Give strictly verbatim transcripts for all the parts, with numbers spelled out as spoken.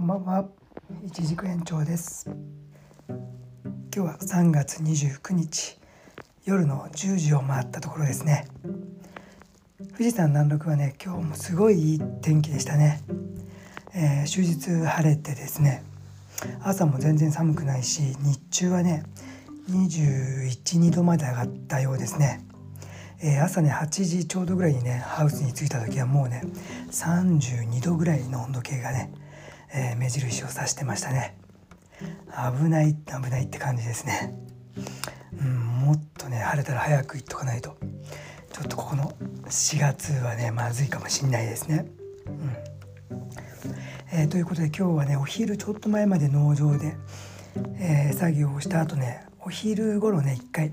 ばんは。一軸延長です。今日はさんがつにじゅうくにち夜のじゅうじを回ったところですね。富士山南麓はね、今日もすごいいい天気でしたね。えー、終日晴れてですね、朝も全然寒くないし、日中はねにじゅういち、にどまで上がったようですね。えー、朝ねはちじちょうどぐらいにねハウスに着いた時はもうねさんじゅうにどぐらいの温度計がね、えー、目印を指してましたね。危ない危ないって感じですね。うん、もっとね晴れたら早く行っとかないと、ちょっとここのしがつはねまずいかもしれないですね。うんえー、ということで今日はねお昼ちょっと前まで農場で、えー、作業をした後ね、お昼頃ね一回、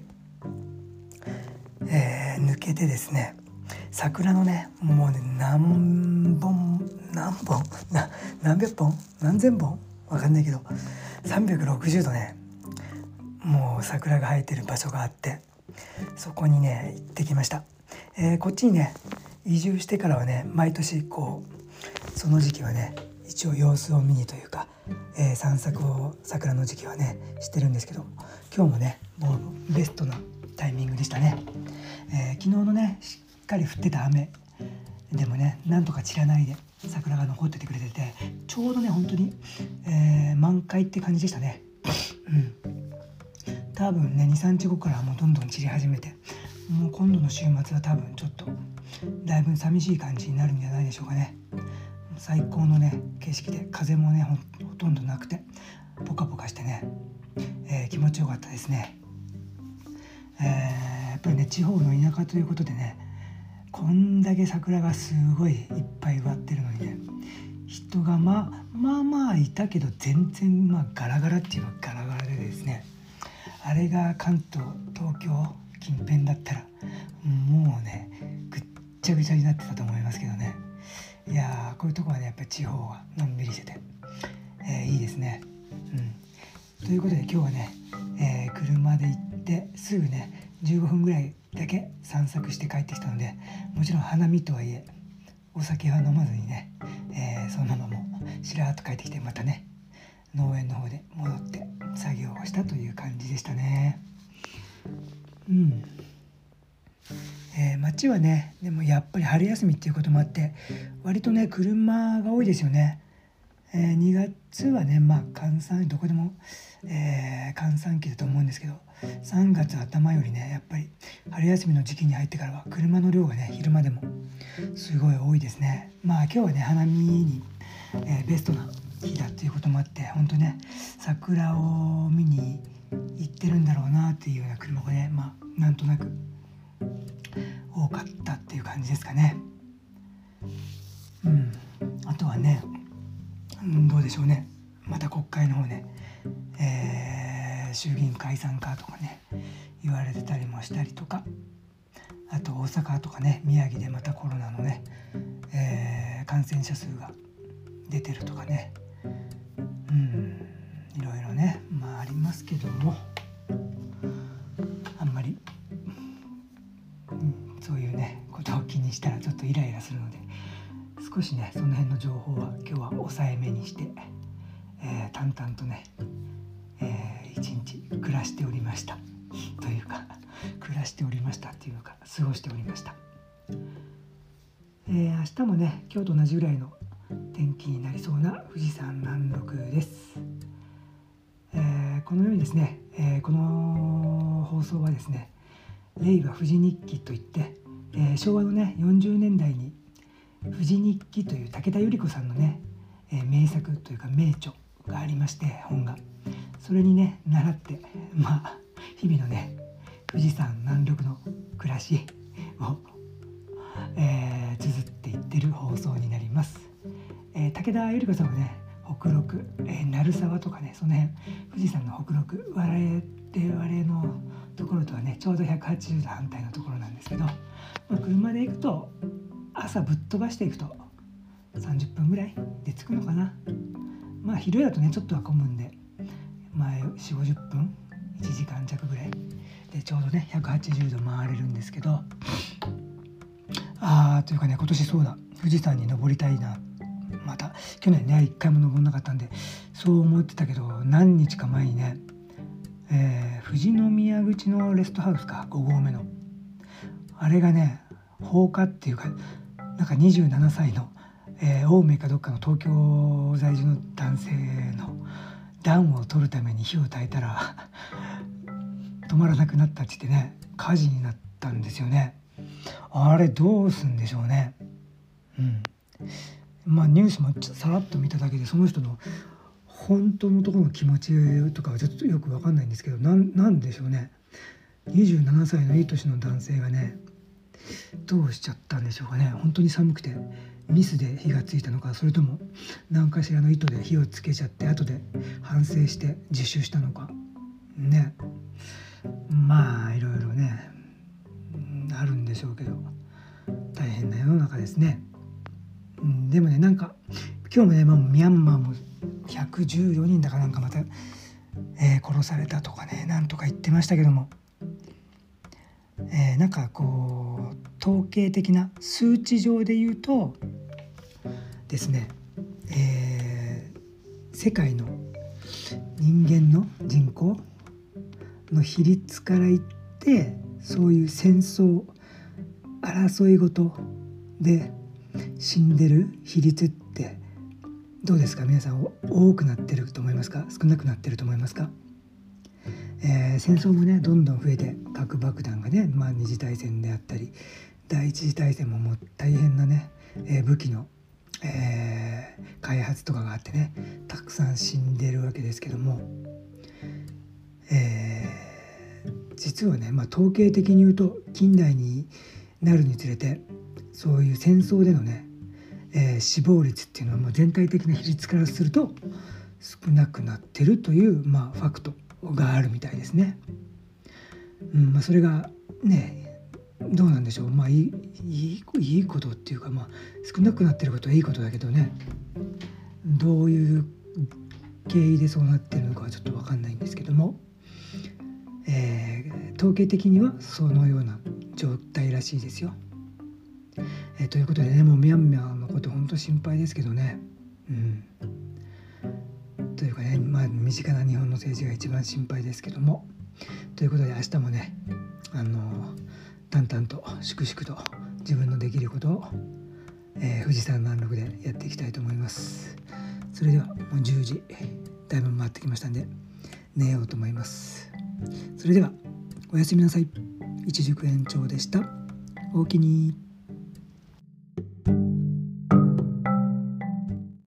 えー、抜けてですね、桜のねもうね何本何本な何百本何千本わかんないけどさんびゃくろくじゅうどねもう桜が生えてる場所があって、そこにね行ってきました。えー、こっちにね移住してからはね毎年こうその時期はね一応様子を見にというか、えー、散策を桜の時期はねしてるんですけど、今日もねもうベストなタイミングでしたね。えー、昨日のねしっかり降ってた雨でもねなんとか散らないで桜が残っててくれてて、ちょうどね本当に、えー、満開って感じでしたね。うん多分ね にさんにちごからもうどんどん散り始めて、もう今度の週末は多分ちょっとだいぶ寂しい感じになるんじゃないでしょうかね。最高のね景色で、風もね ほ, ほとんどなくてポカポカしてね、えー、気持ちよかったですね。えー、やっぱりね地方の田舎ということでね、こんだけ桜がすごいいっぱい植わってるのにね、人がまあまあまあいたけど全然まあガラガラっていうのはガラガラでですね、あれが関東東京近辺だったらもうねぐっちゃぐちゃになってたと思いますけどね。いやーこういうとこはねやっぱり地方はのんびりしてて、えー、いいですね。うん、ということで今日はね、えー、車で行ってすぐねじゅうごふんぐらいだけ散策して帰ってきたので、もちろん花見とはいえお酒は飲まずにね、えー、そのままもうしらーっと帰ってきて、またね農園の方で戻って作業をしたという感じでしたね。うんえー、街はねでもやっぱり春休みっていうこともあって割とね車が多いですよね。えー、にがつはねまあ閑散どこでも、えー、閑散期だと思うんですけど、さんがつ頭よりねやっぱり春休みの時期に入ってからは車の量がね昼間でもすごい多いですね。まあ今日はね花見に、えー、ベストな日だっていうこともあって本当ね桜を見に行ってるんだろうなっていうような車がねまあなんとなく多かったっていう感じですかね。うんあとはね、うん、どうでしょうね、また国会の方ね、えー、衆議院解散かとかね言われてたりもしたりとか、あと大阪とかね宮城でまたコロナのね、えー、感染者数が出てるとかね、うんいろいろねまあありますけども、あんまり、うん、そういうねことを気にしたらちょっとイライラするので、少しねその辺の情報は今日は抑えめにして、えー、淡々とね、えー、一日暮らしておりましたというか暮らしておりましたっていうか過ごしておりました。えー、明日もね今日と同じぐらいの天気になりそうな富士山南麓です。えー、このようにですね、えー、この放送はですね令和富士日記といって、えー、昭和のねよんじゅうねんだいに富士日記という武田百合子さんのね、えー、名作というか名著がありまして、本がそれにね習ってまあ日々のね富士山南麓の暮らしを、えー、綴っていってる放送になります。えー、武田百合子さんはね北麓、えー、鳴沢とかねその辺富士山の北麓我々のところとはねちょうどひゃくはちじゅうど反対のところなんですけど、まあ、車で行くと朝ぶっ飛ばしていくとさんじゅっぷんぐらいで着くのかな。まあ昼だとねちょっとは混むんで、まあ、よんじゅうごじゅっぷんいちじかんちゃくぐらいでちょうどねひゃくはちじゅうど回れるんですけど、あーというかね今年そうだ富士山に登りたいなまた去年ね一回も登んなかったんでそう思ってたけど、何日か前にね、えー、富士宮口のレストハウスかご合目のあれがね放火っていうか、なんかにじゅうななさいの、えー、青梅かどっかの東京在住の男性の暖を取るために火を焚いたら止まらなくなったって言ってね、火事になったんですよね。あれどうすんでしょうね。うん、まあニュースもさらっと見ただけでその人の本当のところの気持ちとかはちょっとよく分かんないんですけど、 な, なんでしょうね。にじゅうななさいのいい年の男性がねどうしちゃったんでしょうかね。本当に寒くてミスで火がついたのか、それとも何かしらの意図で火をつけちゃって後で反省して自首したのかね。まあいろいろねあるんでしょうけど、大変な世の中ですね。うん、でもね、なんか今日もね、まあ、ミャンマーもひゃくじゅうよにんだかなんかまた、えー、殺されたとかね、なんとか言ってましたけども、えー、なんかこう統計的な数値上で言うとですね、えー、世界の人間の人口の比率から言って、そういう戦争争い事で死んでる比率ってどうですか？皆さん多くなってると思いますか？少なくなってると思いますか？えー、戦争もねどんどん増えて、核爆弾がね、まあ、二次大戦であったり第一次大戦ももう大変なね、えー、武器の、えー、開発とかがあってね、たくさん死んでるわけですけども、えー、実はね、まあ、統計的に言うと近代になるにつれてそういう戦争でのね、えー、死亡率っていうのはもう全体的な比率からすると少なくなってるという、まあ、ファクトがあるみたいですね。うんまあ、それがねどうなんでしょう。まあいい、いい、いいことっていうか、まあ、少なくなってることはいいことだけどね、どういう経緯でそうなってるのかはちょっと分かんないんですけども、えー、統計的にはそのような状態らしいですよ。えー、ということでね、もうミャンマーのこと本当心配ですけどね。うんというかね、まあ、身近な日本の政治が一番心配ですけども、ということで明日もね、あの淡々と粛々と自分のできることを、えー、富士山南麓でやっていきたいと思います。それではもうじゅうじだいぶ回ってきましたんで寝ようと思います。それではおやすみなさい。一塾園長でした。おおきに。